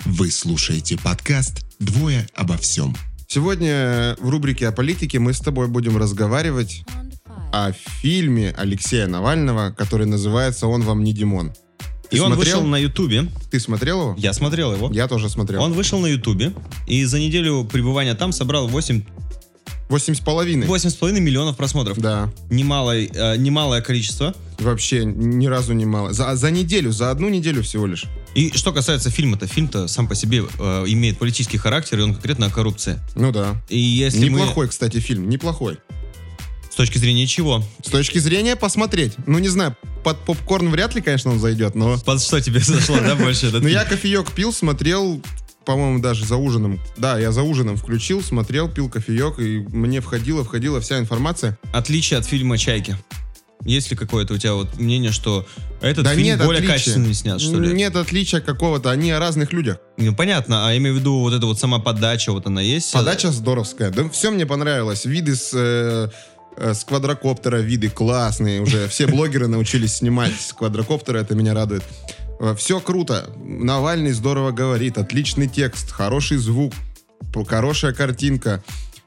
Вы слушаете подкаст «Двое обо всем». Сегодня в рубрике о политике мы с тобой будем разговаривать о фильме Алексея Навального, который называется «Он вам не Димон». И он вышел на Ютубе. Ты смотрел его? Я смотрел его. Я тоже смотрел. Он вышел на Ютубе и за неделю пребывания там собрал 8,5 миллионов просмотров. Да. Немалое количество. Вообще ни разу не мало. За одну неделю всего лишь. И что касается фильма-то, фильм-то сам по себе имеет политический характер, и он конкретно о коррупции. Ну да. И если неплохой, кстати, фильм, неплохой. С точки зрения чего? С точки зрения посмотреть. Ну, не знаю, под попкорн вряд ли, конечно, он зайдет, но... Под что тебе зашло, да, больше? Ну, я кофеек пил, смотрел, по-моему, даже за ужином. Да, я за ужином включил, смотрел, пил кофеек, и мне входила вся информация. Отличие от фильма «Чайки». Есть ли какое-то у тебя вот мнение, что этот фильм более качественно снят, что ли? Нет отличия какого-то, они о разных людях. Ну, понятно, а я имею в виду вот эта вот сама подача, вот она есть? Подача здоровская, да все мне понравилось. Виды с квадрокоптера, виды классные уже. Все блогеры научились снимать с квадрокоптера, это меня радует. Все круто. Навальный здорово говорит, отличный текст, хороший звук, хорошая картинка.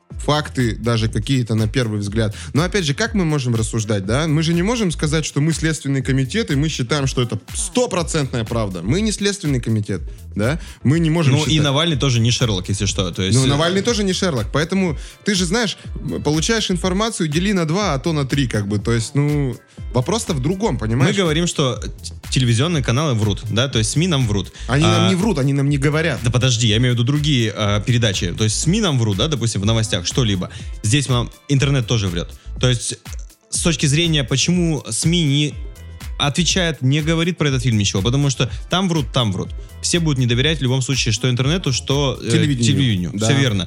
Факты даже какие-то на первый взгляд. Но опять же, как мы можем рассуждать, да? Мы же не можем сказать, что мы Следственный комитет, и мы считаем, что это 100% правда. Мы не Следственный комитет, да? Мы не можем считать. И Навальный тоже не Шерлок, если что. То есть... Ну, Навальный тоже не Шерлок, поэтому ты же знаешь, получаешь информацию, дели на 2, а то на 3, как бы. То есть, ну, вопрос-то в другом, понимаешь? Мы говорим, что телевизионные каналы врут, да? То есть СМИ нам врут. Они нам не врут, они нам не говорят. Да подожди, я имею в виду другие передачи. То есть СМИ нам врут, да, допустим, в новостях, что-либо. Здесь нам интернет тоже врет. То есть с точки зрения, почему СМИ не отвечает, не говорит про этот фильм ничего, потому что там врут. Все будут не доверять в любом случае, что интернету, что телевидению. Да. Все верно.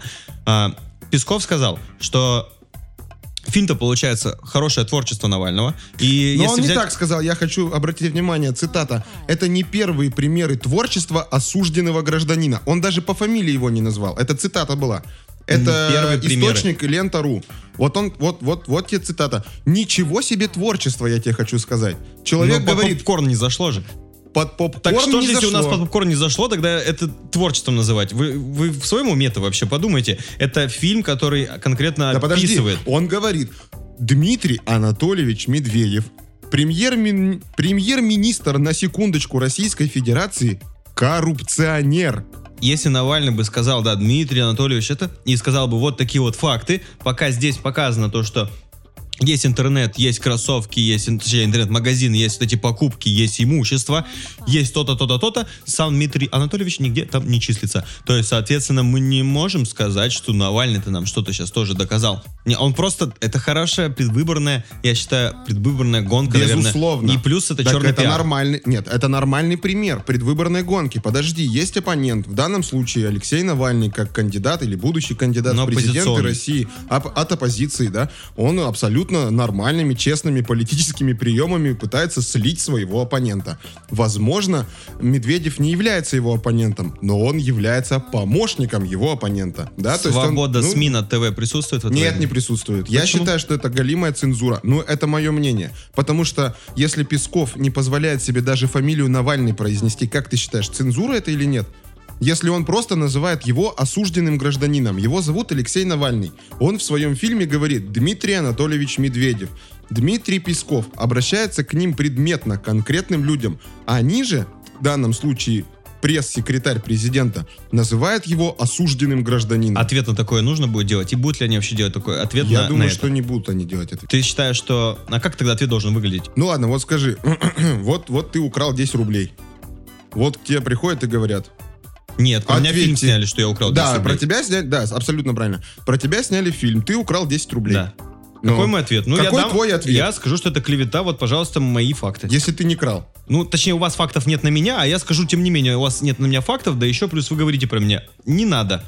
Песков сказал, что фильм-то получается хорошее творчество Навального. И но он не так сказал, я хочу обратить внимание, цитата: «Это не первые примеры творчества осужденного гражданина». Он даже по фамилии его не назвал. Это цитата была. Это источник Лента.ру. Вот тебе цитата. Ничего себе творчество, я тебе хочу сказать. Человек но говорит... под попкорн не зашло же. Под попкорн так что не же, если зашло. у нас под попкорн не зашло, тогда это творчеством называть? Вы в своем уме-то вообще подумайте. Это фильм, который конкретно описывает. Подожди, он говорит: Дмитрий Анатольевич Медведев, премьер-министр, на секундочку, Российской Федерации, коррупционер. Если Навальный бы сказал, да, Дмитрий Анатольевич это, и сказал бы вот такие вот факты, пока здесь показано то, что есть интернет, есть кроссовки, есть интернет-магазин, есть вот эти покупки, есть имущество, есть то-то, то-то, то-то, сам Дмитрий Анатольевич нигде там не числится. То есть, соответственно, мы не можем сказать, что Навальный-то нам что-то сейчас тоже доказал. Не, он просто, это хорошая предвыборная, я считаю, предвыборная гонка, безусловно. Наверное. И плюс это так черный это пиар. Нормальный, нет, это нормальный пример предвыборной гонки. Подожди, есть оппонент, в данном случае Алексей Навальный, как кандидат или будущий кандидат в президенты России от оппозиции, да, он абсолютно нормальными, честными политическими приемами пытается слить своего оппонента. Возможно, Медведев не является его оппонентом, но он является помощником его оппонента. Да? Свобода то есть СМИ на ТВ присутствует в этом? Нет, не присутствует. Почему? Я считаю, что это голимая цензура. Ну, это мое мнение. Потому что если Песков не позволяет себе даже фамилию Навальный произнести, как ты считаешь, цензура это или нет? Если он просто называет его осужденным гражданином. Его зовут Алексей Навальный. Он в своем фильме говорит: Дмитрий Анатольевич Медведев, Дмитрий Песков. Обращается к ним предметно, к конкретным людям. Они же, в данном случае пресс-секретарь президента, называет его осужденным гражданином. Ответ на такое нужно будет делать? И будут ли они вообще делать такой ответ Я на думаю, это? что не будут они делать это. Ты считаешь, что... А как тогда ответ должен выглядеть? Ну ладно, вот скажи. вот ты украл 10 рублей. Вот к тебе приходят и говорят: нет, про меня фильм сняли, что я украл 10 рублей. Да, про тебя сняли, да, абсолютно правильно. Про тебя сняли фильм, ты украл 10 рублей. Да. Какой мой ответ? Ну, какой твой ответ? Я скажу, что это клевета, вот, пожалуйста, мои факты. Если ты не крал. Ну, точнее, у вас фактов нет на меня, а я скажу, тем не менее, у вас нет на меня фактов, да еще плюс вы говорите про меня. Не надо.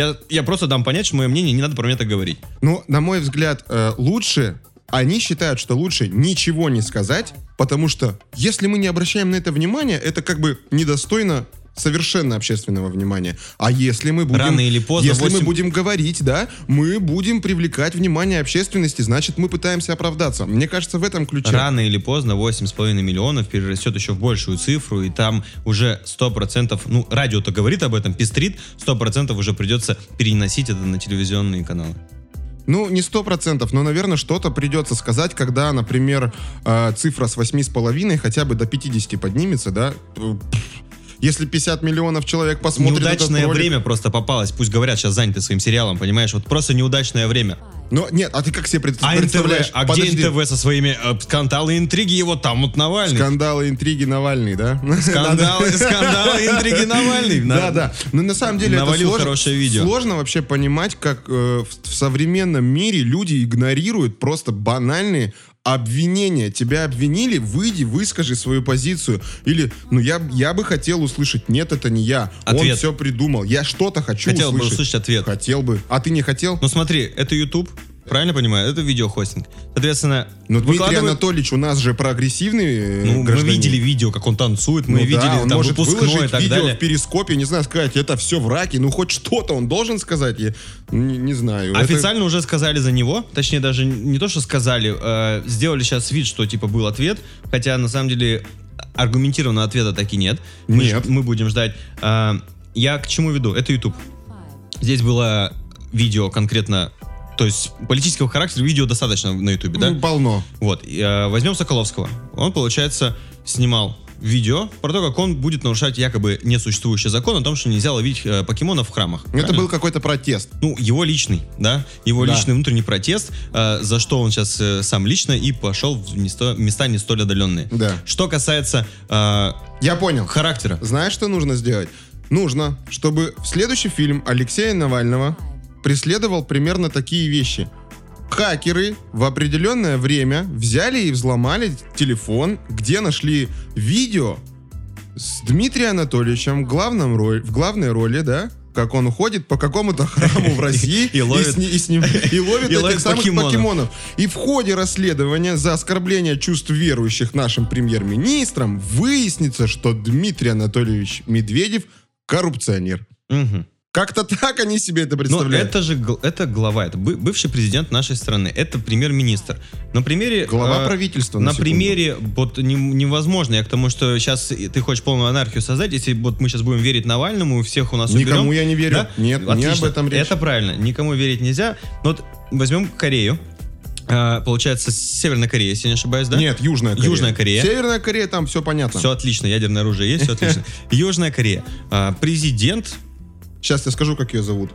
Я просто дам понять, что мое мнение, не надо про меня так говорить. Ну, на мой взгляд, лучше... Они считают, что лучше ничего не сказать, потому что если мы не обращаем на это внимания, это как бы недостойно совершенно общественного внимания. А если мы будем... Рано или поздно... Если мы будем говорить, да, мы будем привлекать внимание общественности, значит, мы пытаемся оправдаться. Мне кажется, в этом ключе. Рано или поздно 8,5 миллионов перерастет еще в большую цифру, и там уже 100%, ну, радио-то говорит об этом, пестрит, 100% уже придется переносить это на телевизионные каналы. Ну, не 100%, но, наверное, что-то придется сказать, когда, например, цифра с 8,5 хотя бы до 50 поднимется, да. Если 50 миллионов человек посмотрит неудачное этот ролик... время просто попалось. Пусть говорят, сейчас заняты своим сериалом, понимаешь? Вот просто неудачное время. Но нет, а ты как себе А представляешь? НТВ, где НТВ со своими скандалы и интриги? И вот там вот Навальный. Скандалы, интриги Навальный, да? Скандалы, интриги Навальный. Да. Но на самом деле навалил это хорошее видео. Сложно вообще понимать, как в современном мире люди игнорируют просто банальные обвинения. Тебя обвинили, выйди, выскажи свою позицию. Или, ну, я бы хотел услышать, нет, это не я. Ответ. Он все придумал. Я что-то хочу Хотел услышать. бы услышать ответ. Хотел бы. А ты не хотел? Ну смотри, это YouTube, правильно понимаю? Это видеохостинг. Соответственно, Но Дмитрий выкладывает- Анатольевич у нас же прогрессивный Ну, мы гражданин. видели видео, как он танцует, мы Ну видели да, он там может выпускной и выложить так видео далее. в перископе, не знаю, сказать, это все враки. Ну, хоть что-то он должен сказать. Я не знаю. Официально уже сказали за него, точнее даже не то, что сказали, сделали сейчас вид, что типа был ответ, хотя на самом деле аргументированного ответа таки нет. Нет. Мы будем ждать. Я к чему веду? Это YouTube. Здесь было видео конкретно, то есть политического характера, видео достаточно на YouTube, да? Полно. Вот, возьмем Соколовского. Он, получается, снимал видео про то, как он будет нарушать якобы несуществующий закон о том, что нельзя ловить покемонов в храмах. Это Правильно? был какой-то протест. Ну, его личный, да? Его Да. личный внутренний протест, за что он сейчас сам лично и пошел в места не столь отдаленные. Да. Что касается Я понял. характера. Знаешь, что нужно сделать? Нужно, чтобы в следующий фильм Алексея Навального преследовал примерно такие вещи. Хакеры в определенное время взяли и взломали телефон, где нашли видео с Дмитрием Анатольевичем в главной роли, да? Как он ходит по какому-то храму в России И ловит и ловит этих самых покемонов. покемонов. И в ходе расследования за оскорбление чувств верующих нашим премьер-министром выяснится, что Дмитрий Анатольевич Медведев коррупционер. Мгм. Как-то так они себе это Но представляют. это же это глава, это бывший президент нашей страны, это премьер-министр. На примере... Глава правительства, На на секунду. примере, вот невозможно, я к тому, что сейчас ты хочешь полную анархию создать, если вот мы сейчас будем верить Навальному, и всех у нас Никому уберем, я не верю. да? Нет, не Отлично. об этом речь. Это правильно, никому верить нельзя. Но вот возьмем Корею. Получается, Северная Корея, если я не ошибаюсь, да? Нет, Южная Корея. Южная Корея. Северная Корея, там все понятно. Все отлично, ядерное оружие есть, все отлично. Южная Корея. Президент, Сейчас я скажу, как ее зовут.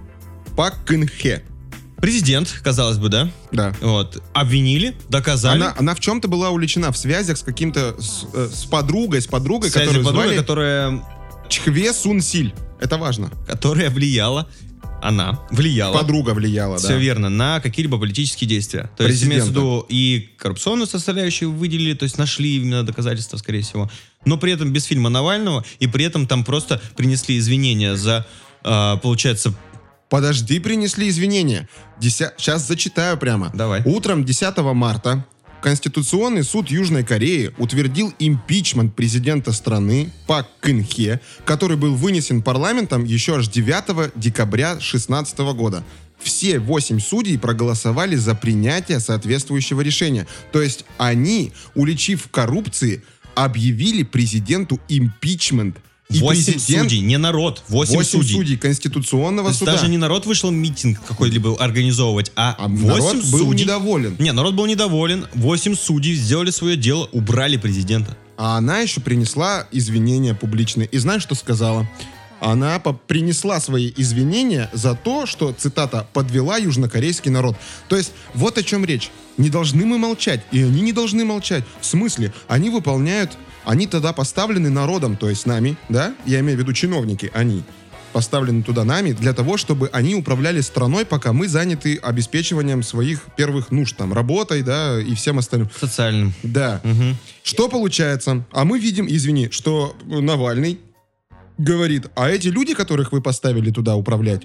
Пак Кын Хе. президент, казалось бы, да? Да. Вот. Обвинили, доказали. Она в чем-то была увлечена в связях с каким-то с подругой, Связи которую подруга, звали которая Чхве Сун Силь. Это важно. влияла, она влияла. Подруга влияла, Все да. верно, на какие-либо политические действия. То есть, Президента. имеется в виду, и коррупционную составляющую выделили, то есть нашли именно доказательства, скорее всего. Но при этом без фильма Навального, и при этом там просто принесли извинения за, получается... Подожди, принесли извинения. Сейчас зачитаю прямо. Давай. Утром 10 марта Конституционный суд Южной Кореи утвердил импичмент президента страны Пак Кын Хе, который был вынесен парламентом еще аж 9 декабря 2016 года. Все 8 судей проголосовали за принятие соответствующего решения. То есть они, уличив в коррупции, объявили президенту импичмент. И 8 судей, не народ, 8 судей. Конституционного То есть суда. даже не народ вышел митинг какой-либо организовывать, а 8 народ был судей. недоволен. Не, народ был недоволен, 8 судей сделали свое дело, убрали президента. А она еще принесла извинения публичные. И знаешь, что сказала? Она принесла свои извинения за то, что, цитата, подвела южнокорейский народ. То есть, вот о чем речь. Не должны мы молчать. И они не должны молчать. В смысле? Они выполняют... Они тогда поставлены народом, то есть нами, да? Я имею в виду чиновники, они поставлены туда нами для того, чтобы они управляли страной, пока мы заняты обеспечиванием своих первых нужд, там, работой, да, и всем остальным. Социальным. Да. Мгм. Что получается? А мы видим, извини, что Навальный говорит, а эти люди, которых вы поставили туда управлять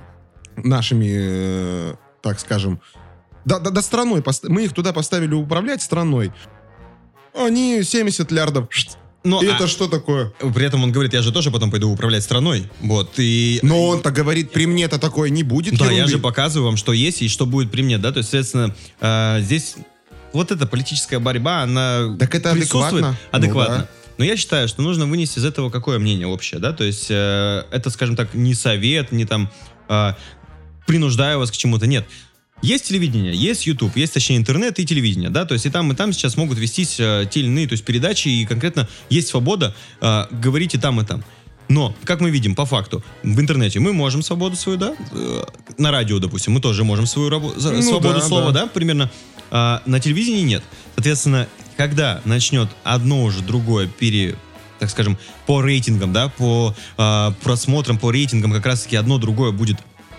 нашими, так скажем, да страной, мы их туда поставили управлять страной, они 70 лярдов Но, И это что такое? При этом он говорит, я же тоже потом пойду управлять страной. Вот, и... Но он-то говорит, при мне-то такое не будет Да, ерунды. я же показываю вам, что есть и что будет при мне, да, то есть, соответственно, здесь вот эта политическая борьба, она Так это присутствует адекватно. Ну да. Но я считаю, что нужно вынести из этого какое мнение общее, да, то есть это, скажем так, не совет, не там принуждаю вас к чему-то, нет. Есть телевидение, есть YouTube, есть, точнее, интернет и телевидение, да, то есть и там сейчас могут вестись те или иные, то есть передачи, и конкретно есть свобода говорить и там, и там. Но, как мы видим, по факту, в интернете мы можем свободу свою, да, на радио, допустим, мы тоже можем свою свободу слова, да, примерно, на телевидении нет. Соответственно, когда начнет одно уже другое так скажем, по рейтингам, да, по просмотрам, по рейтингам, как раз-таки одно другое будет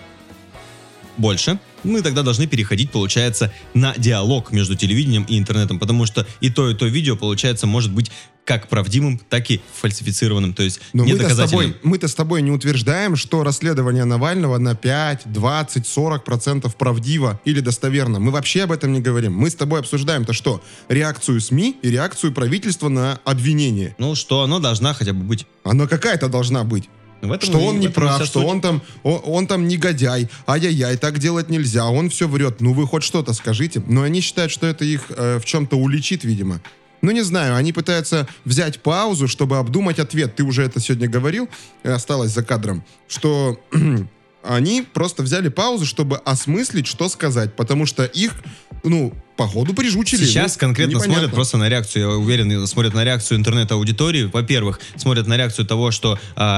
больше, мы тогда должны переходить, получается, на диалог между телевидением и интернетом, потому что и то видео, получается, может быть как правдивым, так и фальсифицированным, то есть Но недоказательным. мы-то с тобой не утверждаем, что расследование Навального на 5, 20, 40% правдиво или достоверно. Мы вообще об этом не говорим. Мы с тобой обсуждаем-то что? Реакцию СМИ и реакцию правительства на обвинение. Ну, что оно должна хотя бы быть. Она какая-то должна быть. Что он не прав, что он там негодяй, ай-яй-яй, так делать нельзя, он все врет. Ну вы хоть что-то скажите. Но они считают, что это их в чем-то уличит, видимо. Ну не знаю, они пытаются взять паузу, чтобы обдумать ответ. Ты уже это сегодня говорил, осталось за кадром, что они просто взяли паузу, чтобы осмыслить, что сказать, потому что их, походу прижучили. Сейчас конкретно смотрят просто на реакцию, я уверен, смотрят на реакцию интернет-аудитории. Во-первых, смотрят на реакцию того, что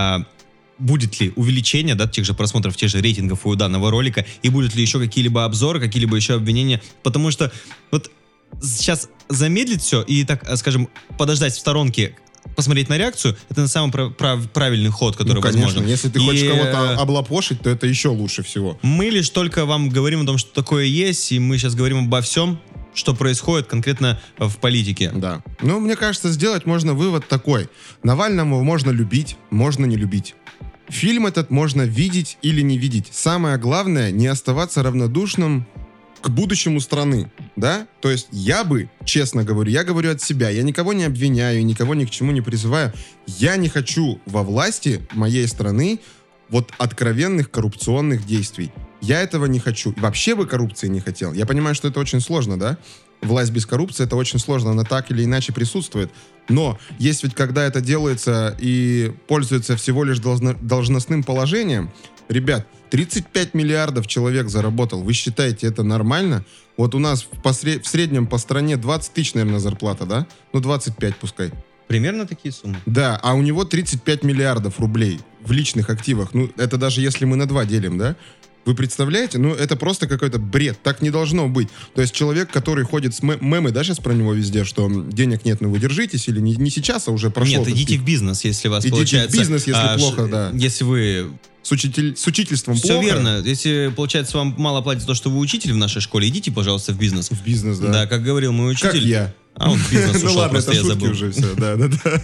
будет ли увеличение, да, тех же просмотров, тех же рейтингов у данного ролика, и будут ли еще какие-либо обзоры, какие-либо еще обвинения, потому что вот сейчас замедлить все и, так скажем, подождать в сторонке, посмотреть на реакцию, это на самый правильный ход, который конечно, возможен. Если ты хочешь кого-то облапошить, то это еще лучше всего. Мы лишь только вам говорим о том, что такое есть, и мы сейчас говорим обо всем, что происходит конкретно в политике. Да. Ну, мне кажется, сделать можно вывод такой. Навального можно любить, можно не любить. Фильм этот можно видеть или не видеть. Самое главное, не оставаться равнодушным к будущему страны, да? То есть я бы, честно говорю, я говорю от себя, я никого не обвиняю, никого ни к чему не призываю. Я не хочу во власти моей страны вот откровенных коррупционных действий. Я этого не хочу. Вообще бы коррупции не хотел. Я понимаю, что это очень сложно, да? Власть без коррупции, это очень сложно, она так или иначе присутствует. Но есть ведь, когда это делается и пользуется всего лишь должностным положением, ребят, 35 миллиардов человек заработал. Вы считаете, это нормально? Вот у нас в среднем по стране 20 тысяч, наверное, зарплата, да? Ну, 25 пускай. Примерно такие суммы. Да, а у него 35 миллиардов рублей в личных активах. Ну, это даже если мы на 2 делим, да? Вы представляете? Ну, это просто какой-то бред. Так не должно быть. То есть человек, который ходит с мемы, да, сейчас про него везде, что денег нет, но вы держитесь, или не сейчас, а уже прошло. Нет, идите в бизнес, если у вас идите получается... Идите в бизнес, если плохо, да. Если вы... С учительством все плохо. Все верно. Если, получается, вам мало платят за то, что вы учитель в нашей школе, идите, пожалуйста, в бизнес. В бизнес, да. Да, как говорил мой учитель. Как я. А он в бизнес ушел, ну ладно, просто это я шутки забыл. уже все, да.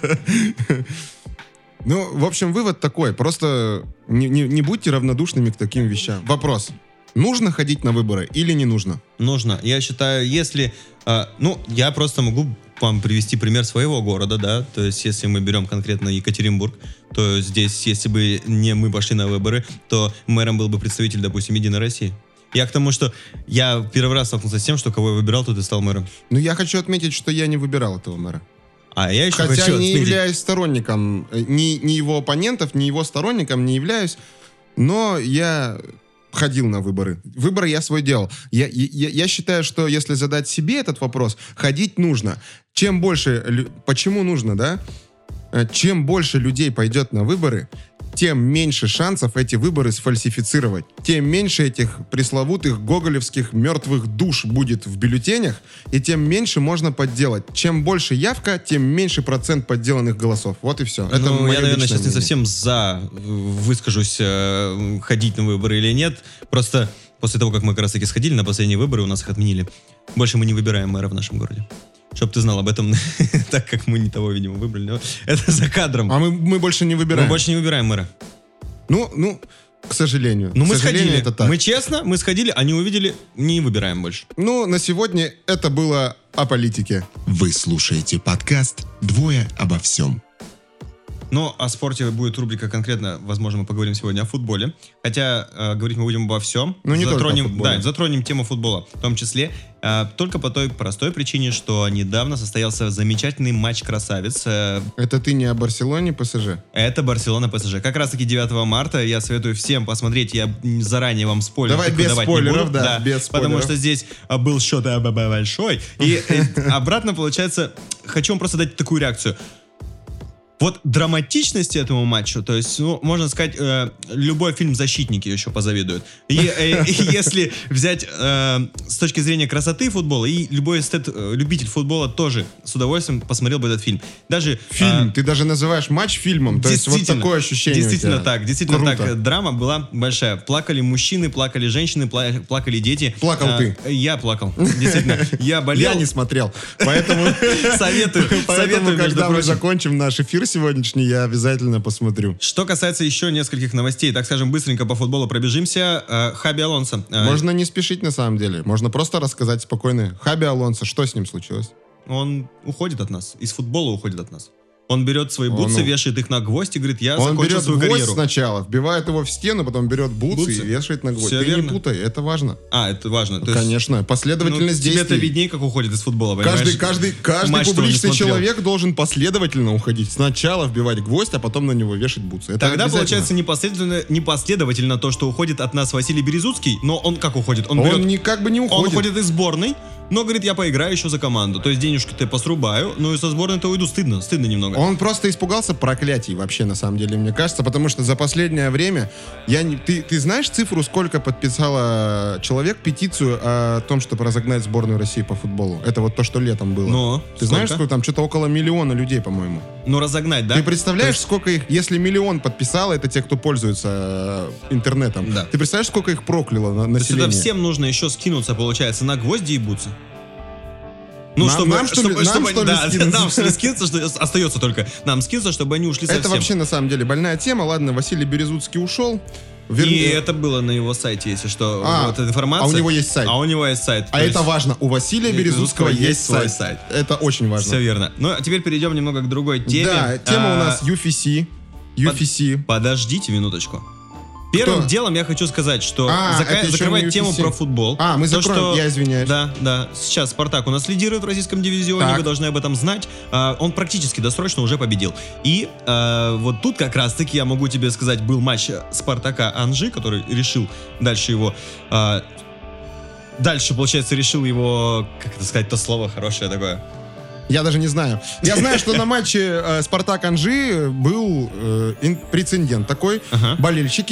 Ну, в общем, вывод такой. Просто не будьте равнодушными к таким вещам. Вопрос. Нужно ходить на выборы или не нужно? Нужно. Я считаю, если... я просто могу вам привести пример своего города, да, то есть если мы берем конкретно Екатеринбург, то здесь, если бы не мы пошли на выборы, то мэром был бы представитель, допустим, Единой России. Я к тому, что я первый раз столкнулся с тем, что кого я выбирал, тот и стал мэром. Ну, я хочу отметить, что я не выбирал этого мэра. А я еще Хотя хочу не отметить... являюсь сторонником ни его оппонентов, ни его сторонником не являюсь, но я ходил на выборы. Выборы я свой делал. Я считаю, что если задать себе этот вопрос, ходить нужно. Чем больше... Почему нужно, да? Чем больше людей пойдет на выборы, тем меньше шансов эти выборы сфальсифицировать. Тем меньше этих пресловутых гоголевских мертвых душ будет в бюллетенях, и тем меньше можно подделать. Чем больше явка, тем меньше процент подделанных голосов. Вот и все. Это я, наверное, сейчас мнение. не совсем выскажусь, ходить на выборы или нет. Просто после того, как мы как раз таки сходили на последние выборы, у нас их отменили. Больше мы не выбираем мэра в нашем городе. Чтоб ты знал об этом, так как мы не того, видимо, выбрали. Но это за кадром. А мы больше не выбираем. Мы больше не выбираем мэра. Ну, К сожалению. Ну, К мы сожалению, сходили. это так. Мы честно, мы сходили, а не увидели, не выбираем больше. Ну, на сегодня это было о политике. Вы слушаете подкаст «Двое обо всем». Но о спорте будет рубрика конкретно, возможно, мы поговорим сегодня о футболе. Хотя говорить мы будем обо всем. Ну, не только о футболе. Да, затронем тему футбола, в том числе. Только по той простой причине, что недавно состоялся замечательный матч красавиц. Это ты не о Барселоне, ПСЖ? Это Барселона ПСЖ. Как раз таки 9 марта. Я советую всем посмотреть. Я заранее вам спойлер Давай без давать спойлеров, не буду. да, без спойлеров. Потому что здесь был счет большой. И обратно, получается, хочу вам просто дать такую реакцию. Вот драматичности этому матчу, то есть, ну, можно сказать, любой фильм «Защитники» еще позавидуют. И если взять с точки зрения красоты футбола, и любой любитель футбола тоже с удовольствием посмотрел бы этот фильм. Даже Фильм, ты даже называешь матч фильмом, то есть вот такое ощущение Действительно у тебя. так, действительно Круто. так. Драма была большая. Плакали мужчины, плакали женщины, плакали дети. Плакал ты. Я плакал, действительно. Я болел. Я не смотрел, поэтому... Советую, Поэтому, между когда мы прочим. закончим наш эфир сегодняшний, я обязательно посмотрю. Что касается еще нескольких новостей, так скажем, быстренько по футболу пробежимся. Хаби Алонсо. Можно не спешить на самом деле. Можно просто рассказать спокойно. Хаби Алонсо, что с ним случилось? Он уходит от нас. Из футбола уходит от нас. Он берет свои Он, бутсы, ну, вешает их на гвоздь и говорит, я Он закончил берет свою гвоздь карьеру. сначала, вбивает его в стену, потом берет бутсы Бутсы. и вешает на гвоздь. Всё Ты верно. не путай, это важно. Это важно. То есть, Конечно, последовательность тебе-то действий. виднее, как уходит из футбола, понимаешь? Каждый Матч-то он не публичный смотрел. человек должен последовательно уходить. Сначала вбивать гвоздь, а потом на него вешать бутсы. Это Тогда обязательно. получается непоследовательно то, что уходит от нас Василий Березуцкий, но он как уходит? Он Как бы не Он уходит. уходит из сборной, но говорит, я поиграю еще за команду. То есть денежки-то я посрубаю, но и со сборной-то уйду. Стыдно немного. Он просто испугался проклятий вообще, на самом деле, мне кажется, потому что за последнее время ты знаешь цифру, сколько подписало человек петицию о том, чтобы разогнать сборную России по футболу? Это вот то, что летом было. Но Ты знаешь, сколько там? Что-то около 1 миллиона людей, по-моему. Ну, разогнать, да? Ты представляешь, То есть- сколько их, если 1 миллион подписало, это те, кто пользуется интернетом. Да. Ты представляешь, сколько их прокляло То есть население? это всем нужно еще скинуться, получается, на гвозди и бутсы. Ну, Нам, что ли, да, скинуться? нам что ли скинуться, что остается только нам скинуться, чтобы они ушли совсем. Это вообще, на самом деле, больная тема. Ладно, Василий Березуцкий ушел. И это было на его сайте, если что, вот эта информация. А у него есть сайт. А у него есть сайт. А это важно. У Василия Березуцкого есть свой сайт. Это очень важно. Все верно. Ну, а теперь перейдем немного к другой теме. Да, тема у нас UFC. UFC. Подождите минуточку. Первым Кто? делом я хочу сказать, что это еще закрывать не тему UFC. про футбол. Мы То, закроем, что- я извиняюсь. Да. Сейчас Спартак у нас лидирует в российском дивизионе, Так. вы должны об этом знать. Он практически досрочно уже победил. И вот тут как раз-таки я могу тебе сказать, был матч Спартака Анжи, который решил дальше его... Дальше, получается, решил его... Как это сказать, то слово хорошее такое? Я даже не знаю. Я знаю, что на матче Спартак Анжи был прецедент такой. Ага. Болельщики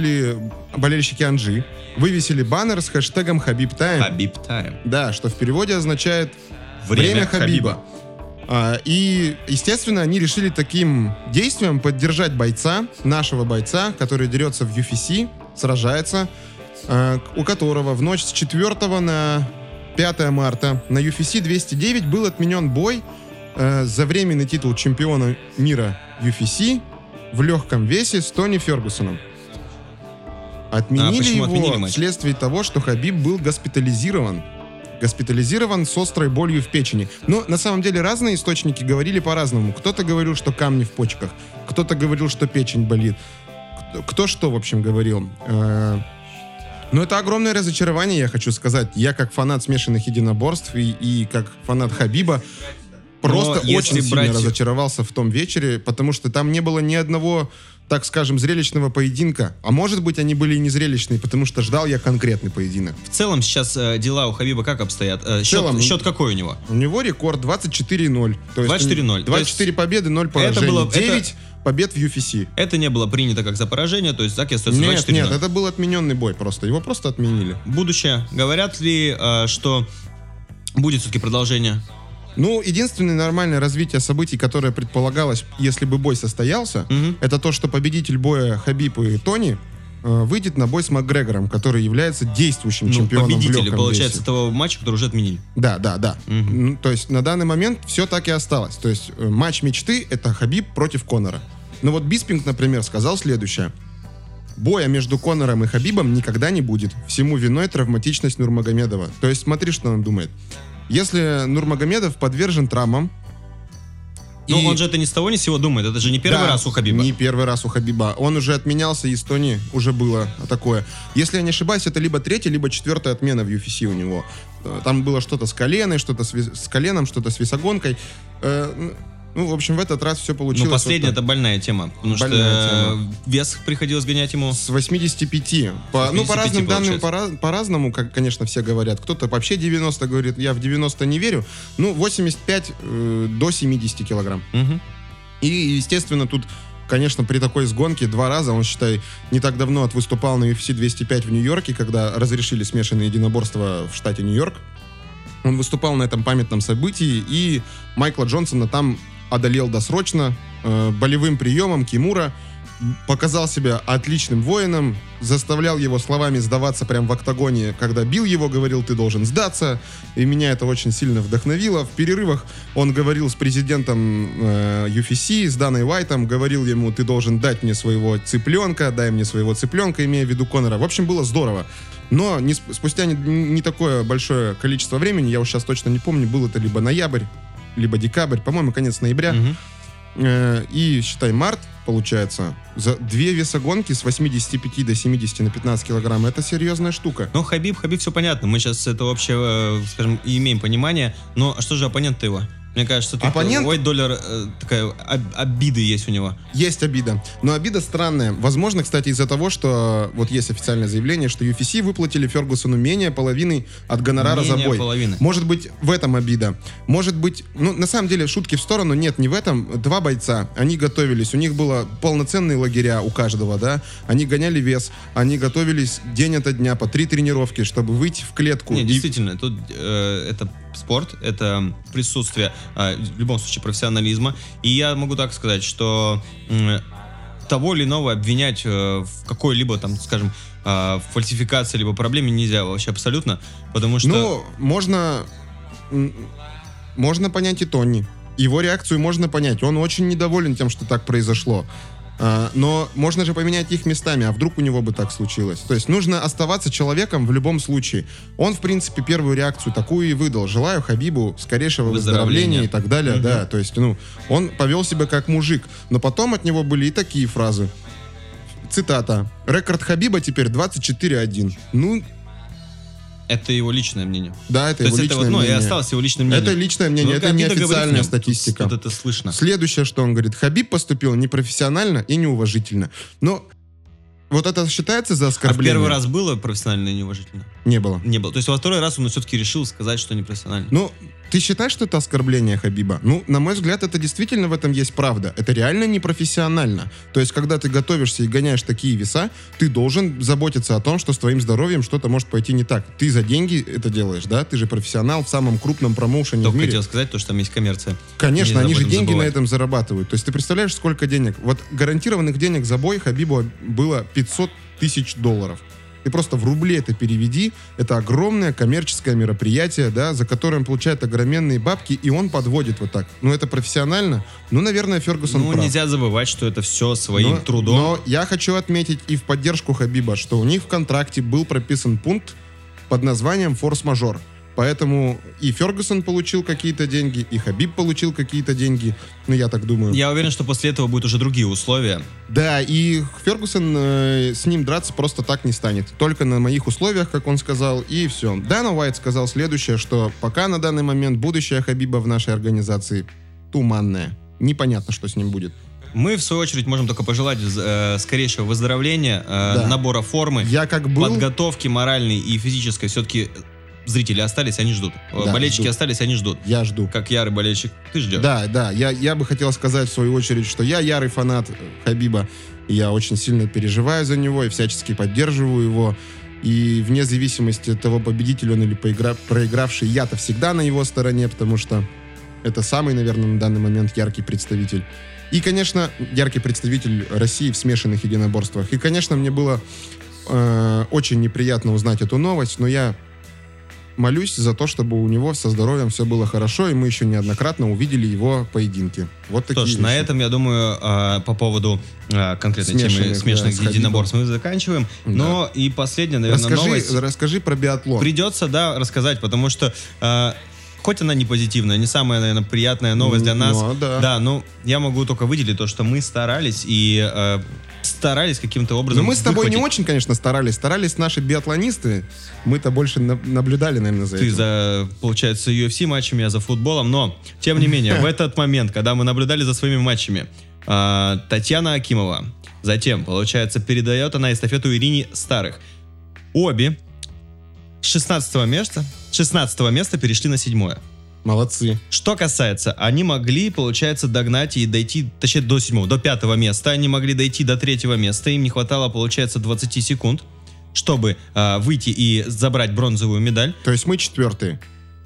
Анжи вывесили баннер с хэштегом Хабиб Тайм. Хабиб Тайм. Да, что в переводе означает «Время Хабиба». И, естественно, они решили таким действием поддержать бойца, нашего бойца, который дерется в UFC, сражается, у которого в ночь с 4 на 5 марта на UFC 209 был отменен бой за временный титул чемпиона мира UFC в легком весе с Тони Фергюсоном. Отменили почему его отменили матч? вследствие того, что Хабиб был госпитализирован с острой болью в печени. Но на самом деле разные источники говорили по-разному. Кто-то говорил, что камни в почках, кто-то говорил, что печень болит. Кто что, в общем, говорил. Но это огромное разочарование, я хочу сказать. Я как фанат смешанных единоборств и как фанат Хабиба просто очень сильно разочаровался в том вечере, потому что там не было ни одного, так скажем, зрелищного поединка. А может быть, они были и не зрелищные, потому что ждал я конкретный поединок. В целом сейчас дела у Хабиба как обстоят? Счет какой у него? У него рекорд 24-0. То есть 24-0. 24 победы, 0 поражений. 9 побед в UFC. Это не было принято как за поражение, то есть так и остается 24-0. Нет, это был отмененный бой просто. Его просто отменили. Будущее. Говорят ли, что будет все-таки продолжение? Ну, единственное нормальное развитие событий, которое предполагалось, если бы бой состоялся, это то, что победитель боя Хабиб и Тони выйдет на бой с Макгрегором, который является действующим чемпионом в победители, легком получается, весе. того матча, который уже отменили. Да. То есть на данный момент все так и осталось. То есть матч мечты — это Хабиб против Конора. Но вот Биспинг, например, сказал следующее. боя между Конором и Хабибом никогда не будет. Всему виной травматичность Нурмагомедова. То есть смотри, что он думает. Если Нурмагомедов подвержен травмам, Ну, он же это ни с того ни с сего думает. Это же не первый раз у Хабиба. Не первый раз у Хабиба. Он уже отменялся из Тони, уже было такое. Если я не ошибаюсь, это либо 3-я, либо 4-я отмена в UFC у него. Там было что-то с коленой, что-то с коленом, что-то с весогонкой. Ну, в общем, в этот раз все получилось. Ну, последняя это больная тема. Потому что вес приходилось гонять ему. С 85. По разным данным, по-разному, как, конечно, все говорят. Кто-то вообще 90 говорит, я в 90 не верю. Ну, 85 до 70 килограмм. Угу. И, естественно, тут, конечно, при такой сгонке 2 раза, он, считай, не так давно выступал на UFC 205 в Нью-Йорке, когда разрешили смешанные единоборства в штате Нью-Йорк. Он выступал на этом памятном событии, и Майкла Джонсона там одолел досрочно, болевым приемом Кимура, показал себя отличным воином, заставлял его словами сдаваться прямо в октагоне, когда бил его, говорил, ты должен сдаться, и меня это очень сильно вдохновило. В перерывах он говорил с президентом UFC, с Даной Уайтом, говорил ему, ты должен дать мне своего цыпленка, дай мне своего цыпленка, имея в виду Конора. В общем, было здорово. Но спустя не такое большое количество времени, я уж сейчас точно не помню, был это либо ноябрь, либо декабрь, по-моему, конец ноября. И, считай, март, получается, за 2 весогонки с 85 до 70 на 15 килограмм, это серьезная штука. Ну, Хабиб, все понятно. Мы сейчас это вообще, скажем, имеем понимание. Но что же оппонент-то его? Мне кажется, тут White Dollar такая обида есть у него. Есть обида. Но обида странная. Возможно, кстати, из-за того, что вот есть официальное заявление, что UFC выплатили Фергюсону менее половины от гонорара за бой. Половины. Может быть, в этом обида. Может быть, ну, на самом деле, шутки в сторону. Нет, не в этом. 2 бойца, они готовились. У них было полноценные лагеря у каждого, да. Они гоняли вес. Они готовились день ото дня, по 3 тренировки, чтобы выйти в клетку. Нет, действительно, тут это спорт, это присутствие, в любом случае, профессионализма. И я могу так сказать, что того или иного обвинять в какой-либо, там, скажем, фальсификации, либо проблеме нельзя вообще абсолютно, потому что... Ну, можно понять и Тони. Его реакцию можно понять. Он очень недоволен тем, что так произошло. Но можно же поменять их местами, а вдруг у него бы так случилось. То есть нужно оставаться человеком в любом случае. Он, в принципе, первую реакцию такую и выдал. Желаю Хабибу скорейшего выздоровления и так далее. Угу. Да, то есть, он повел себя как мужик. Но потом от него были и такие фразы. Цитата. Рекорд Хабиба теперь 24-1. Ну... Это его личное мнение. Да, это его личное мнение. И осталось его личным мнением. Это личное мнение, это не официальная статистика. Вот это слышно. Следующее, что он говорит. Хабиб поступил непрофессионально и неуважительно. Но вот это считается за оскорбление? А в первый раз было профессионально и неуважительно? Не было. Не было. То есть во второй раз он все-таки решил сказать, что непрофессионально. Ну, ты считаешь, что это оскорбление Хабиба? Ну, на мой взгляд, это действительно в этом есть правда. Это реально непрофессионально. То есть, когда ты готовишься и гоняешь такие веса, ты должен заботиться о том, что с твоим здоровьем что-то может пойти не так. Ты за деньги это делаешь, да? Ты же профессионал в самом крупном промоушене Только в мире. хотел сказать, то, что там есть коммерция. Конечно, они же деньги на этом зарабатывают. То есть, ты представляешь, сколько денег? Вот гарантированных денег за бой Хабибу было $500 тысяч. Ты просто в рубли это переведи. Это огромное коммерческое мероприятие, да, за которое он получает огроменные бабки, и он подводит вот так. Ну, это профессионально. Ну, наверное, Фергюсон прав. Ну, нельзя забывать, что это все своим трудом. Но я хочу отметить и в поддержку Хабиба, что у них в контракте был прописан пункт под названием «форс-мажор». Поэтому и Фергюсон получил какие-то деньги, и Хабиб получил какие-то деньги. Ну, я так думаю. Я уверен, что после этого будут уже другие условия. Да, и Фергюсон с ним драться просто так не станет. Только на моих условиях, как он сказал, и все. Дана Уайт сказал следующее, что пока на данный момент будущее Хабиба в нашей организации туманное. Непонятно, что с ним будет. Мы, в свою очередь, можем только пожелать скорейшего выздоровления, набора формы, подготовки моральной и физической. Все-таки зрители остались, они ждут. Да, болельщики остались, они ждут. Я жду. Как ярый болельщик, ты ждешь. Да. Я бы хотел сказать, в свою очередь, что я ярый фанат Хабиба. Я очень сильно переживаю за него и всячески поддерживаю его. И вне зависимости от того, победитель он или проигравший, я-то всегда на его стороне, потому что это самый, наверное, на данный момент яркий представитель. И, конечно, яркий представитель России в смешанных единоборствах. И, конечно, мне было очень неприятно узнать эту новость, но я молюсь за то, чтобы у него со здоровьем все было хорошо, и мы еще неоднократно увидели его поединки. Вот такие Что ж, на этом, я думаю, по поводу конкретной темы смешанных единоборств мы заканчиваем. Да. Но и последняя, наверное, новость. Расскажи про биатлон. Придется, да, рассказать, потому что хоть она не позитивная, не самая, наверное, приятная новость для нас. Да, но я могу только выделить то, что мы старались и старались каким-то образом. Но мы с тобой не очень, конечно, старались наши биатлонисты. Мы-то больше наблюдали, наверное, за этим. Ты за, получается, UFC матчами, я за футболом, но, тем не менее, в этот момент, когда мы наблюдали за своими матчами, Татьяна Акимова, затем, получается, передает она эстафету Ирине Старых. Обе с 16 места перешли на 7-е. Молодцы. Что касается, они могли, получается, догнать и дойти, точнее, до 7-го, до 5-го места. Они могли дойти до 3-го места. Им не хватало, получается, 20 секунд, чтобы выйти и забрать бронзовую медаль. То есть мы 4-е.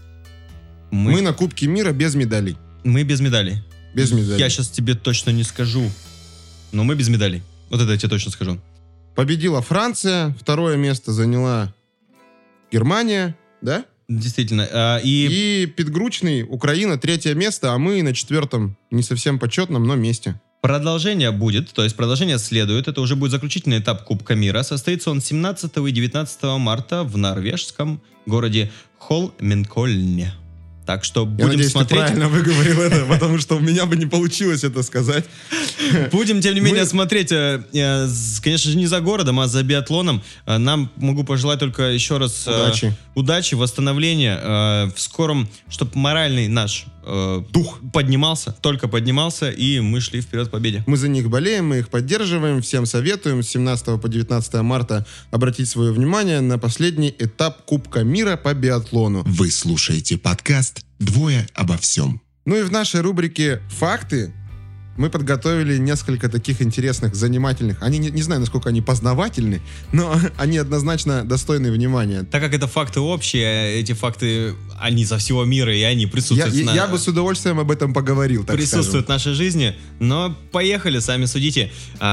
Мы на Кубке мира без медалей. Мы без медалей. Без медалей. Я сейчас тебе точно не скажу, но мы без медалей. Вот это я тебе точно скажу. Победила Франция, 2-е место заняла Германия, да? Действительно. И Подгручный, Украина, 3-е место, а мы на 4-м, не совсем почетном, но месте. Продолжение будет, то есть продолжение следует. Это уже будет заключительный этап Кубка мира. Состоится он 17 и 19 марта в норвежском городе Холменкольне. Так что будем надеюсь, смотреть. Я правильно выговорил это, потому что у меня бы не получилось это сказать. Будем, тем не менее, смотреть, конечно же, не за городом, а за биатлоном. Нам могу пожелать только еще раз удачи, восстановления в скором, чтобы моральный наш дух поднимался, и мы шли вперед к победе. Мы за них болеем, мы их поддерживаем, всем советуем с 17 по 19 марта обратить свое внимание на последний этап Кубка мира по биатлону. Вы слушаете подкаст «Двое обо всем». Ну и в нашей рубрике «Факты» мы подготовили несколько таких интересных, занимательных. Они не знаю, насколько они познавательны, но они однозначно достойны внимания. Так как это факты общие, эти факты, они со всего мира, и они присутствуют. Я бы с удовольствием об этом поговорил, так присутствуют в нашей жизни, но поехали, сами судите.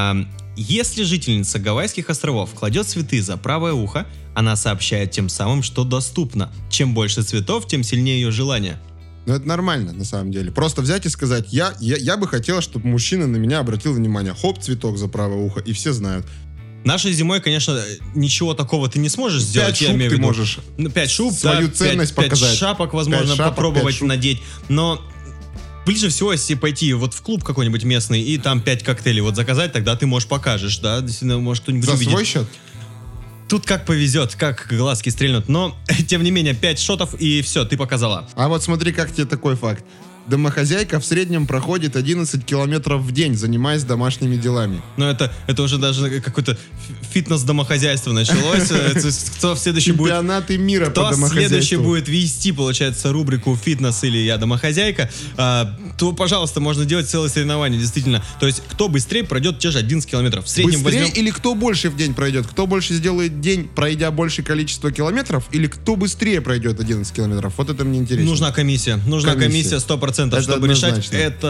Если жительница Гавайских островов кладет цветы за правое ухо, она сообщает тем самым, что доступно. Чем больше цветов, тем сильнее ее желание. Ну, это нормально, на самом деле. Просто взять и сказать, я бы хотел, чтобы мужчина на меня обратил внимание. Хоп, цветок за правое ухо, и все знают. Нашей зимой, конечно, ничего такого ты не сможешь сделать. 5 шуб ты можешь. 5 шуб, свою ценность 5 показать. Шапок, возможно, попробовать надеть. Но ближе всего, если пойти вот в клуб какой-нибудь местный и там 5 коктейлей вот заказать, тогда ты, можешь, покажешь, да? Действительно, может, кто-нибудь за увидит. Свой счет? Тут как повезет, как глазки стрельнут. Но, тем не менее, 5 шотов и все, ты показала. А вот смотри, как тебе такой факт. Домохозяйка в среднем проходит 11 километров в день, занимаясь домашними делами. Ну, это уже даже какой-то фитнес-домохозяйство началось. Кто следующий будет... Чемпионаты мира по домохозяйству. Кто следующий будет вести, получается, рубрику «Фитнес» или «Я домохозяйка», то, пожалуйста, можно делать целое соревнование, действительно. То есть, кто быстрее пройдет те же 11 километров. В среднем быстрее возьмем... или кто больше в день пройдет? Кто больше сделает день, пройдя большее количество километров? Или кто быстрее пройдет 11 километров? Вот это мне интересно. Нужна комиссия. Нужна комиссия 100%, это чтобы решать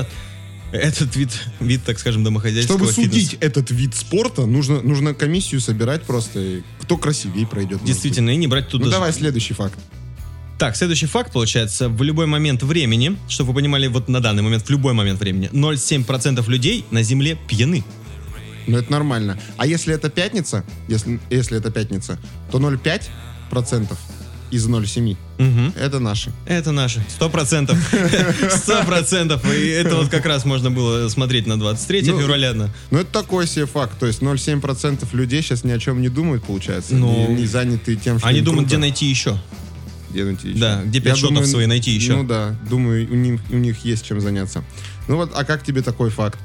этот вид, так скажем, домохозяйственного фитнеса. Чтобы судить этот вид спорта, нужно комиссию собирать просто. Кто красивее пройдет. Действительно, и не брать туда. Ну, давай следующий факт. Так, следующий факт, получается, в любой момент времени, чтобы вы понимали, вот на данный момент, в любой момент времени, 0,7% людей на Земле пьяны. Ну, это нормально. А если это пятница, если это пятница, то 0,5% из 0,7. Это наши. Это наши. 100%. 100%. И это вот как раз можно было смотреть на 23 февраля. Ну, это такой себе факт. То есть 0,7% людей сейчас ни о чем не думают, получается. Не заняты тем, что они думают, где найти еще. Где найти еще. Да, где 5 шотов свои найти еще. Ну да, думаю, у них есть чем заняться. Ну вот, а как тебе такой факт?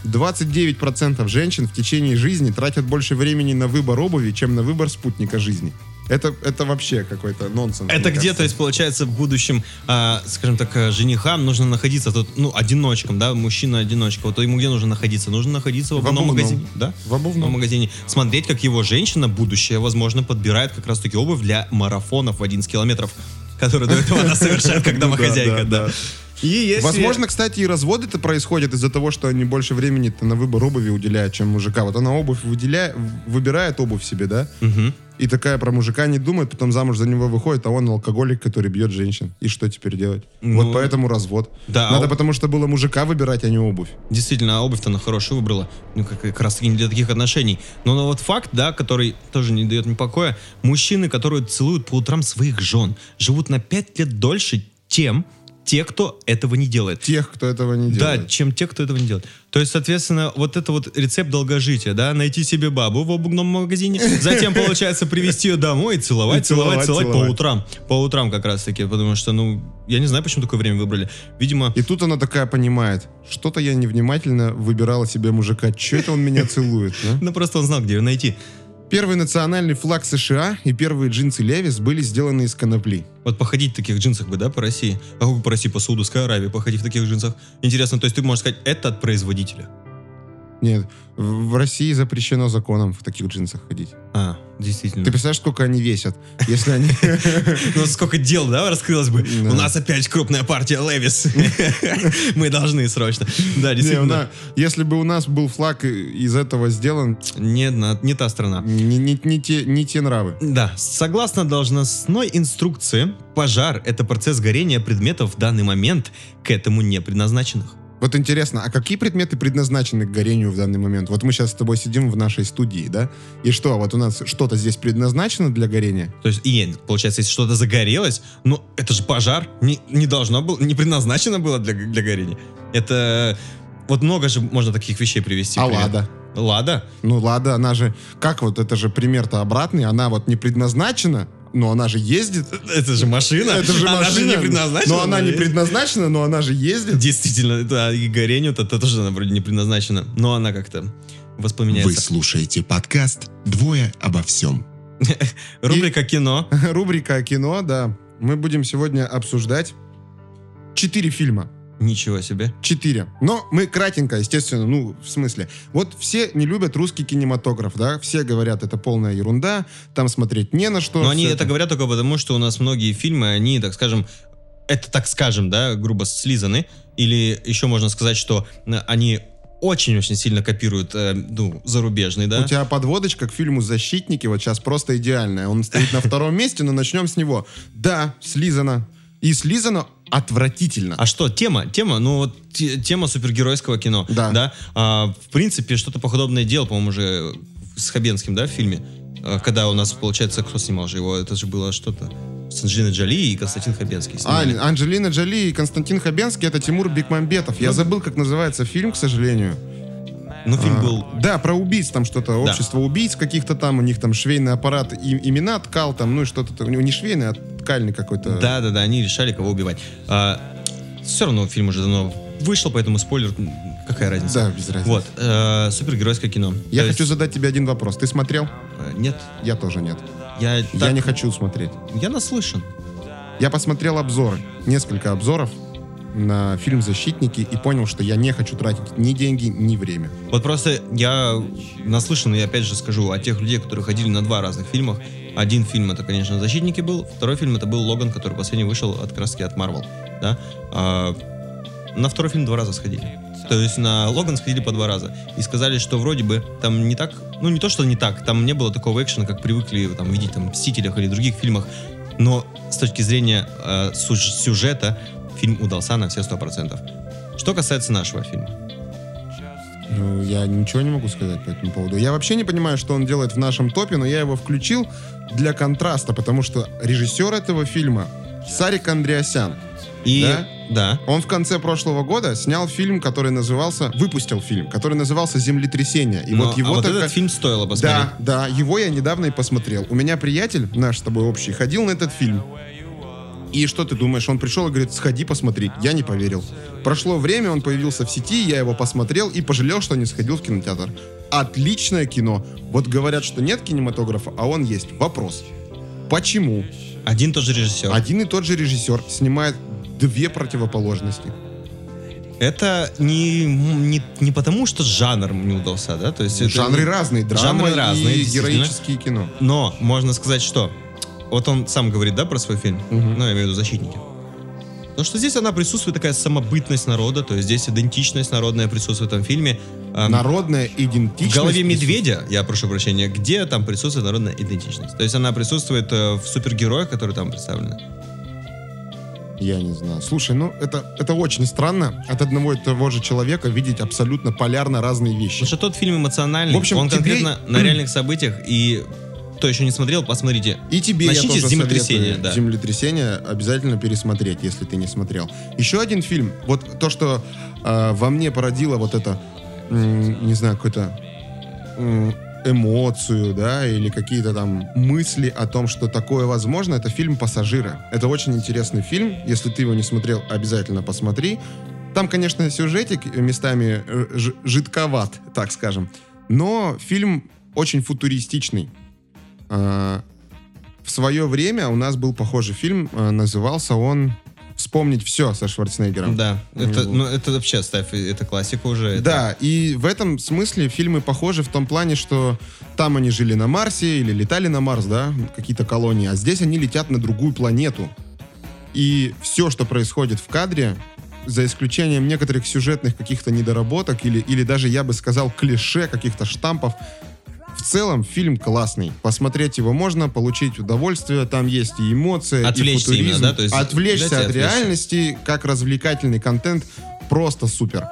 29% женщин в течение жизни тратят больше времени на выбор обуви, чем на выбор спутника жизни. Это вообще какой-то нонсенс. Это где, то есть, получается, в будущем, скажем так, женихам нужно находиться тут, одиночком, да, мужчина-одиночка. Вот ему где нужно находиться? Нужно находиться в обувном магазине. Да? В обувном магазине. Смотреть, как его женщина, будущее, возможно, подбирает как раз-таки обувь для марафонов в 11 километров, которые до этого она совершает, как домохозяйка. Да. Возможно, кстати, и разводы-то происходят из-за того, что они больше времени-то на выбор обуви уделяют, чем мужика. Вот она выбирает обувь себе, да? И такая про мужика не думает, потом замуж за него выходит, а он алкоголик, который бьет женщин. И что теперь делать? Ну, вот поэтому развод. Да, Надо потому что было мужика выбирать, а не обувь. Действительно, обувь-то она хорошую выбрала. Ну, как раз таки не для таких отношений. Но вот факт, да, который тоже не дает мне покоя. Мужчины, которые целуют по утрам своих жен, живут на 5 лет дольше, чем те, кто этого не делает. Тех, кто этого не делает. Да, чем те, кто этого не делает. То есть, соответственно, вот это вот рецепт долгожития, да, найти себе бабу в обувном магазине, затем, получается, привезти ее домой и целовать по утрам. По утрам как раз-таки, потому что, ну, я не знаю, почему такое время выбрали. Видимо... И тут она такая понимает, что-то я невнимательно выбирала себе мужика, что это он меня целует, да? Ну, просто он знал, где ее найти. Первый национальный флаг США и первые джинсы Levi's были сделаны из конопли. Вот походить в таких джинсах бы, да, по России? А как по России, по Саудовской Аравии походить в таких джинсах? Интересно, то есть ты можешь сказать, это от производителя? Нет, в России запрещено законом в таких джинсах ходить. А, действительно. Ты представляешь, сколько они весят? Если они... Ну, сколько дел, да, раскрылось бы? У нас опять крупная партия Levi's. Мы должны срочно. Да, действительно. Если бы у нас был флаг из этого сделан... Нет, не та страна. Не те нравы. Да, согласно должностной инструкции, пожар — это процесс горения предметов в данный момент к этому не предназначенных. Вот интересно, а какие предметы предназначены к горению в данный момент? Вот мы сейчас с тобой сидим в нашей студии, да? И что, вот у нас что-то здесь предназначено для горения? То есть, получается, если что-то загорелось, ну, это же пожар, не должно было, не предназначено было для горения. Это... Вот много же можно таких вещей привести. А Лада? Лада? Ну, Лада, она же... Как вот, это же пример-то обратный, она вот не предназначена, но она же ездит. Это же машина. Это же она машина. же не предназначена. Но она не предназначена, но она же ездит. Действительно, да, и горению-то тоже она вроде не предназначена. Но она как-то воспламеняется. Вы слушаете подкаст «Двое обо всем». Рубрика «Кино». Рубрика «Кино», да. Мы будем сегодня обсуждать 4 фильма. Ничего себе. 4. Но мы кратенько, естественно, ну, в смысле. Вот все не любят русский кинематограф, да? Все говорят, это полная ерунда, там смотреть не на что. Но они это говорят только потому, что у нас многие фильмы, они, так скажем, да, грубо слизаны. Или еще можно сказать, что они очень-очень сильно копируют, зарубежный, да? У тебя подводочка к фильму «Защитники» вот сейчас просто идеальная. Он стоит на втором месте, но начнем с него. Да, слизано. И слизано отвратительно. А что, тема? Ну, вот тема супергеройского кино. Да. В принципе, что-то подобное делал, по-моему, уже с Хабенским, да, в фильме? Когда у нас, получается, кто снимал же его? Это же было что-то с Анджелиной Джоли и Константин Хабенский снимали. Анджелина Джоли и Константин Хабенский — это Тимур Бекмамбетов. Я забыл, как называется фильм, к сожалению. Ну, фильм был... Да, про убийц там что-то, общество убийц каких-то там, у них там швейный аппарат, имена ткал там, ну и что-то, у него не швейный, а ткальный какой-то. Да, они решали, кого убивать. Все равно фильм уже давно вышел, поэтому спойлер, какая разница. Да, без разницы. Вот, супергеройское кино. Я хочу задать тебе один вопрос. Ты смотрел? Нет. Я тоже нет. Я не хочу смотреть. Я наслышан. Я посмотрел обзоры, несколько обзоров на фильм «Защитники» и понял, что я не хочу тратить ни деньги, ни время. Вот просто я наслышан, и опять же скажу о тех людей, которые ходили на 2 разных фильмах. Один фильм — это, конечно, «Защитники» был, второй фильм — это был «Логан», который последний вышел от краски от Marvel. Да? На второй фильм 2 раза сходили. То есть на «Логан» сходили по 2 раза. И сказали, что вроде бы там не так... Ну, не то, что не так. Там не было такого экшена, как привыкли там, видеть там, в «Мстителях» или других фильмах. Но с точки зрения сюжета фильм удался на все 100%. Что касается нашего фильма. Ну, я ничего не могу сказать по этому поводу. Я вообще не понимаю, что он делает в нашем топе, но я его включил для контраста, потому что режиссер этого фильма Сарик Андреасян. Да. Он в конце прошлого года снял фильм, выпустил фильм, который назывался «Землетрясение». И этот фильм стоило посмотреть. Да, его я недавно и посмотрел. У меня приятель, наш с тобой общий, ходил на этот фильм. И что ты думаешь? Он пришел и говорит: сходи посмотри. Я не поверил. Прошло время, он появился в сети, я его посмотрел и пожалел, что не сходил в кинотеатр. Отличное кино. Вот говорят, что нет кинематографа, а он есть. Вопрос: почему? Один и тот же режиссер. Один и тот же режиссер снимает 2 противоположности. Это не потому, что жанр не удался, да? То есть жанры разные, драма и героические кино. Но можно сказать, что вот он сам говорит, да, про свой фильм, ну, я имею в виду «Защитники». Потому что здесь она присутствует, такая самобытность народа, то есть здесь идентичность народная присутствует в этом фильме. Народная идентичность. В голове медведя, я прошу прощения, где там присутствует народная идентичность? То есть она присутствует в супергероях, которые там представлены. Я не знаю. Слушай, ну это очень странно от одного и того же человека видеть абсолютно полярно разные вещи. Потому что тот фильм эмоциональный, В общем, он тебе- конкретно на реальных событиях, и кто еще не смотрел, посмотрите. И тебе Начните я тоже с «Землетрясения», советую да. «Землетрясение» обязательно пересмотреть, если ты не смотрел. Еще один фильм. Вот то, что во мне породило вот это, не знаю, какую-то эмоцию, да, или какие-то там мысли о том, что такое возможно, это фильм «Пассажиры». Это очень интересный фильм. Если ты его не смотрел, обязательно посмотри. Там, конечно, сюжетик местами жидковат, так скажем. Но фильм очень футуристичный. В свое время у нас был похожий фильм, назывался он «Вспомнить все» со Шварценеггером. Да, это вообще, ставь, это классика уже. Да, и в этом смысле фильмы похожи в том плане, что там они жили на Марсе или летали на Марс, да, какие-то колонии, а здесь они летят на другую планету. И все, что происходит в кадре, за исключением некоторых сюжетных каких-то недоработок или даже, я бы сказал, клише, каких-то штампов, в целом фильм классный. Посмотреть его можно, получить удовольствие. Там есть и эмоции, Отвлечься и футуризм. именно, да? То есть отвлечься от отвлечься. реальности, как развлекательный контент. Просто супер.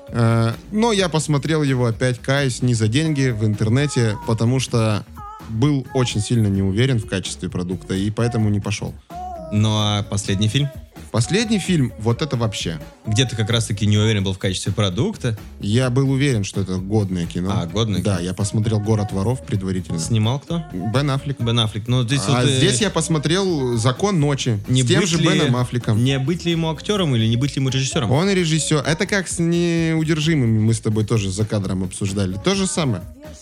Но я посмотрел его, опять каюсь, не за деньги в интернете, потому что был очень сильно не уверен в качестве продукта, и поэтому не пошел. Ну а последний фильм? Последний фильм, вот это вообще. Где ты как раз-таки не уверен был в качестве продукта. Я был уверен, что это годное кино. Годное Да, кино. я посмотрел «Город воров» предварительно. Снимал кто? Бен Аффлек. Бен Аффлек. Ну, здесь А вот, здесь я посмотрел «Закон ночи» не с тем быть же ли- Беном Аффлеком. Не быть ли ему актером или не быть ли ему режиссером? Он и режиссер. Это как с «Неудержимыми» мы с тобой тоже за кадром обсуждали. То же самое.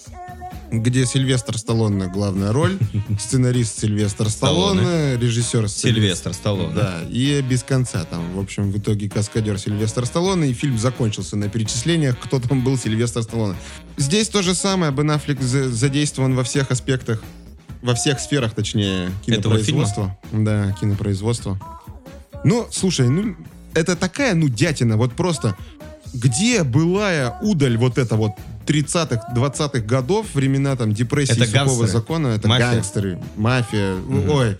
Где Сильвестр Сталлоне главная роль, сценарист Сильвестр Сталлоне, режиссер Сильвестр Сталлоне. Да, и без конца там. В общем, в итоге каскадер Сильвестр Сталлоне, и фильм закончился на перечислениях, кто там был Сильвестр Сталлоне. Здесь то же самое. Бен Аффлек задействован во всех аспектах, во всех сферах, точнее, кинопроизводства. Да, кинопроизводства. Ну, слушай, это такая нудятина, вот просто... Где былая удаль вот эта вот 30-х, 20-х годов, времена там депрессии, Это сухого гангстеры. закона, это Мафия. гангстеры, мафия. Ой.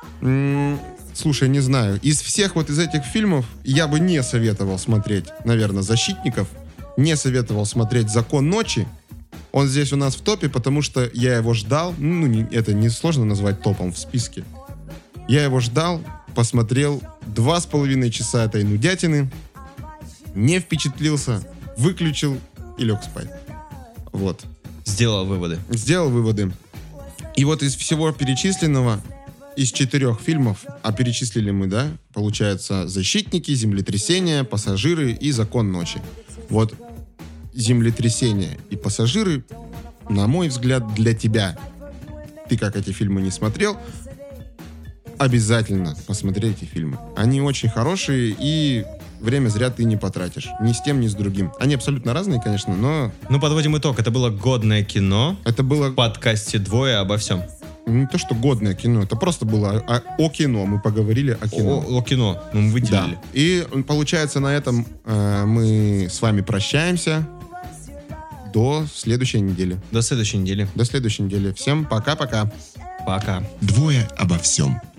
Слушай, не знаю. Из всех вот из этих фильмов я бы не советовал смотреть, наверное, «Защитников», не советовал смотреть «Закон ночи». Он здесь у нас в топе, потому что я его ждал. Это не сложно назвать топом в списке. Я его ждал, посмотрел 2,5 часа этой нудятины, не впечатлился, выключил и лег спать. Вот. Сделал выводы. Сделал выводы. И вот из всего перечисленного, из 4 фильмов, а перечислили мы, да, получается, «Защитники», «Землетрясение», «Пассажиры» и «Закон ночи». Вот «Землетрясение» и «Пассажиры», на мой взгляд, для тебя. Ты как эти фильмы не смотрел, обязательно посмотри эти фильмы. Они очень хорошие, и время зря ты не потратишь. Ни с тем, ни с другим. Они абсолютно разные, конечно, но Ну, подводим итог. Это было годное кино. это было В подкасте «Двое обо всем». не то, что годное кино, это просто было о кино. Мы поговорили о кино. О кино. Ну, мы выделили. Да. И получается, на этом мы с вами прощаемся до следующей недели. До следующей недели. До следующей недели. Всем пока-пока. Пока. Двое обо всем.